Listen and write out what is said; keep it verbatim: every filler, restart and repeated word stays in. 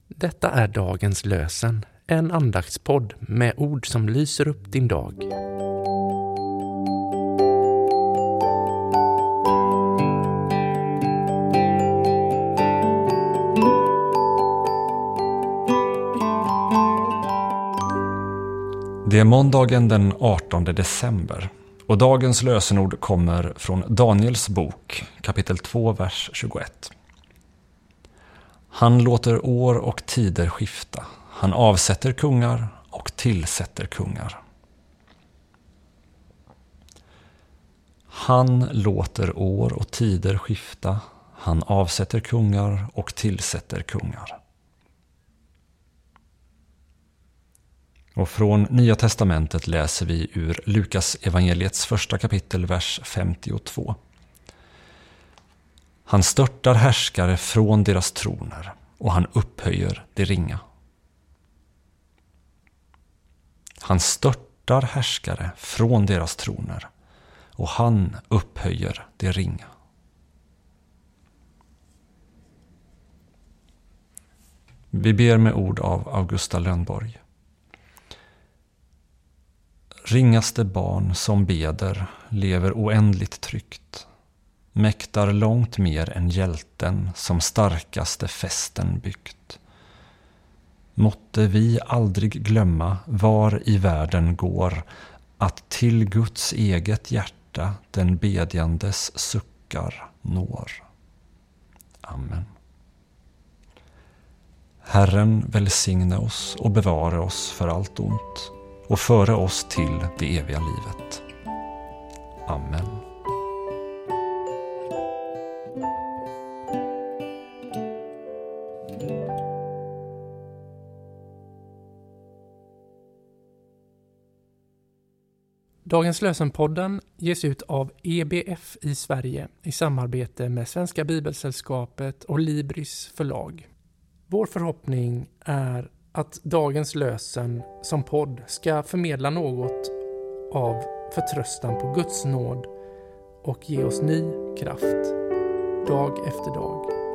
Detta är dagens lösen, en andaktspodd med ord som lyser upp din dag. Det är måndagen den artonde december och dagens lösenord kommer från Daniels bok, kapitel två, vers tjugoett. Han låter år och tider skifta. Han avsätter kungar och tillsätter kungar. Han låter år och tider skifta. Han avsätter kungar och tillsätter kungar. Och från Nya testamentet läser vi ur Lukas evangeliets första kapitel, vers femtiotvå. Han störtar härskare från deras troner och han upphöjer det ringa. Han störtar härskare från deras troner och han upphöjer det ringa. Vi ber med ord av Augusta Lönnborg. Ringaste barn som beder lever oändligt tryggt, mäktar långt mer än hjälten som starkaste festen byggt. Måtte vi aldrig glömma var i världen går att till Guds eget hjärta den bedjandes suckar når. Amen. Herren välsigne oss och bevara oss för allt ont och föra oss till det eviga livet. Amen. Dagens lösenpodden ges ut av E B F i Sverige i samarbete med Svenska Bibelsällskapet och Libris förlag. Vår förhoppning är att dagens lösen som podd ska förmedla något av förtröstan på Guds nåd och ge oss ny kraft dag efter dag.